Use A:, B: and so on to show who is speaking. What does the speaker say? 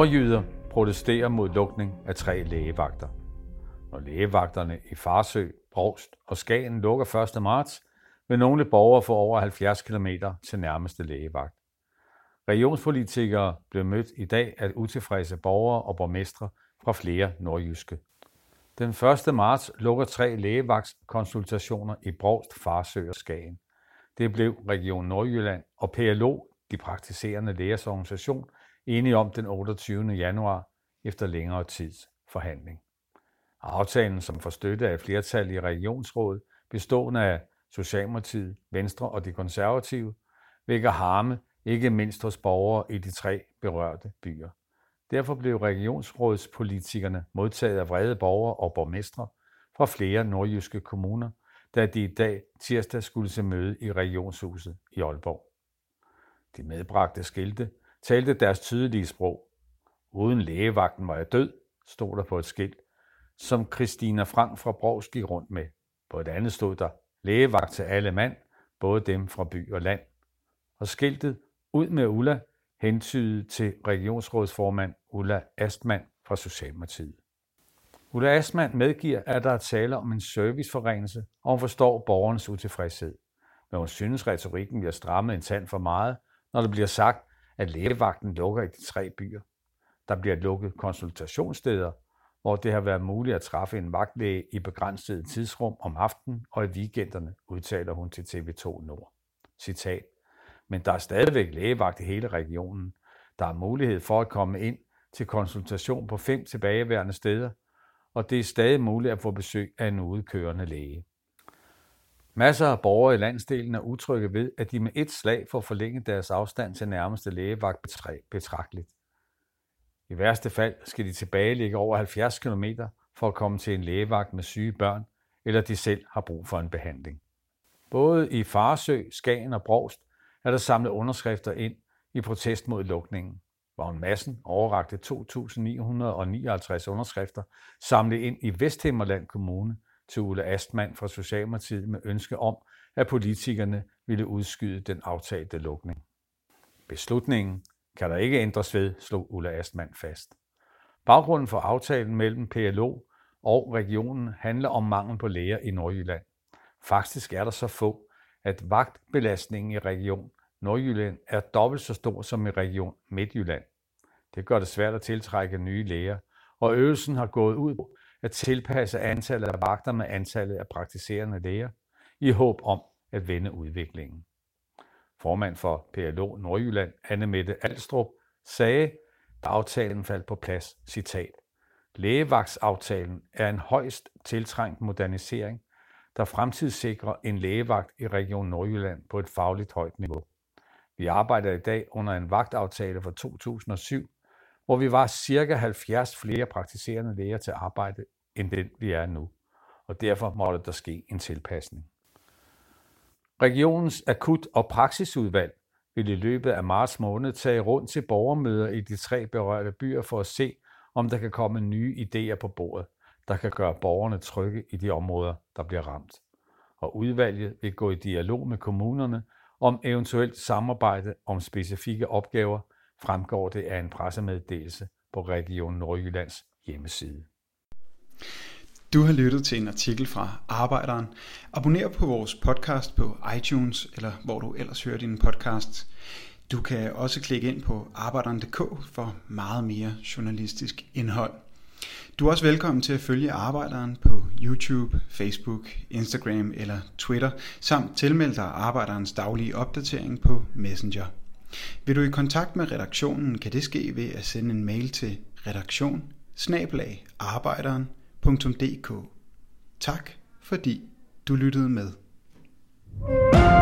A: Nordjyder protesterer mod lukning af 3 lægevagter. Når lægevagterne i Farsø, Brovst og Skagen lukker 1. marts, vil nogle borgere få over 70 km til nærmeste lægevagt. Regionspolitikere blev mødt i dag af utilfredse borgere og borgmestre fra flere nordjyske. Den 1. marts lukker 3 lægevagtskonsultationer i Brovst, Farsø og Skagen. Det blev Region Nordjylland og PLO, de praktiserende lægers organisation, enige om den 28. januar efter længere tids forhandling. Aftalen, som får støtte af flertal i regionsrådet, bestående af Socialdemokratiet, Venstre og de konservative, vækker harme ikke mindst hos borgere i de 3 berørte byer. Derfor blev regionsrådspolitikerne modtaget af vrede borgere og borgmestre fra flere nordjyske kommuner, da de i dag tirsdag skulle til møde i regionshuset i Aalborg. De medbragte skilte talte deres tydelige sprog. Uden lægevagten var jeg død, stod der på et skilt, som Christina Frank fra Brovst gik rundt med. På et andet stod der, lægevagt til alle mand, både dem fra by og land. Og skiltet, ud med Ulla, hentydede til regionsrådsformand Ulla Astman fra Socialdemokratiet. Ulla Astman medgiver, at der er tale om en serviceforringelse, og hun forstår borgernes utilfredshed. Men hun synes, retorikken bliver strammet en tand for meget, når det bliver sagt, at lægevagten lukker i de 3 byer. Der bliver lukket konsultationssteder, hvor det har været muligt at træffe en vagtlæge i begrænset tidsrum om aftenen og i weekenderne, udtaler hun til TV2 Nord. Citat: Men der er stadigvæk lægevagt i hele regionen. Der er mulighed for at komme ind til konsultation på 5 tilbageværende steder, og det er stadig muligt at få besøg af en udkørende læge. Masser af borgere i landsdelen er utrygge ved, at de med et slag får forlænget deres afstand til nærmeste lægevagt betragteligt. I værste fald skal de tilbagelægge over 70 km for at komme til en lægevagt med syge børn, eller de selv har brug for en behandling. Både i Farsø, Skagen og Brovst er der samlet underskrifter ind i protest mod lukningen. Vagn Madsen overrakte 2.959 underskrifter samlet ind i Vesthimmerland Kommune til Ulla Astman fra Socialdemokratiet med ønske om, at politikerne ville udskyde den aftalte lukning. Beslutningen kan der ikke ændres ved, slog Ulla Astman fast. Baggrunden for aftalen mellem PLO og regionen handler om mangel på læger i Nordjylland. Faktisk er der så få, at vagtbelastningen i region Nordjylland er dobbelt så stor som i region Midtjylland. Det gør det svært at tiltrække nye læger, og øvelsen har gået ud på at tilpasse antallet af vagter med antallet af praktiserende læger, i håb om at vende udviklingen. Formand for PLO Nordjylland, Anne-Mette Alstrup, sagde, da aftalen faldt på plads, citat: Lægevagtsaftalen er en højst tiltrængt modernisering, der fremtidssikrer en lægevagt i Region Nordjylland på et fagligt højt niveau. Vi arbejder i dag under en vagtaftale fra 2007, hvor vi var ca. 70 flere praktiserende læger til arbejde, end den vi er nu, og derfor måtte der ske en tilpasning. Regionens akut- og praksisudvalg vil i løbet af marts måned tage rundt til borgermøder i de 3 berørte byer for at se, om der kan komme nye idéer på bordet, der kan gøre borgerne trygge i de områder, der bliver ramt. Og udvalget vil gå i dialog med kommunerne om eventuelt samarbejde om specifikke opgaver, fremgår det af en pressemeddelelse på Region Nordjyllands hjemmeside.
B: Du har lyttet til en artikel fra Arbejderen. Abonner på vores podcast på iTunes, eller hvor du ellers hører dine podcasts. Du kan også klikke ind på arbejderen.dk for meget mere journalistisk indhold. Du er også velkommen til at følge Arbejderen på YouTube, Facebook, Instagram eller Twitter, samt tilmelde dig Arbejderens daglige opdatering på Messenger. Vil du i kontakt med redaktionen, kan det ske ved at sende en mail til redaktion@arbejderen.dk. Tak fordi du lyttede med.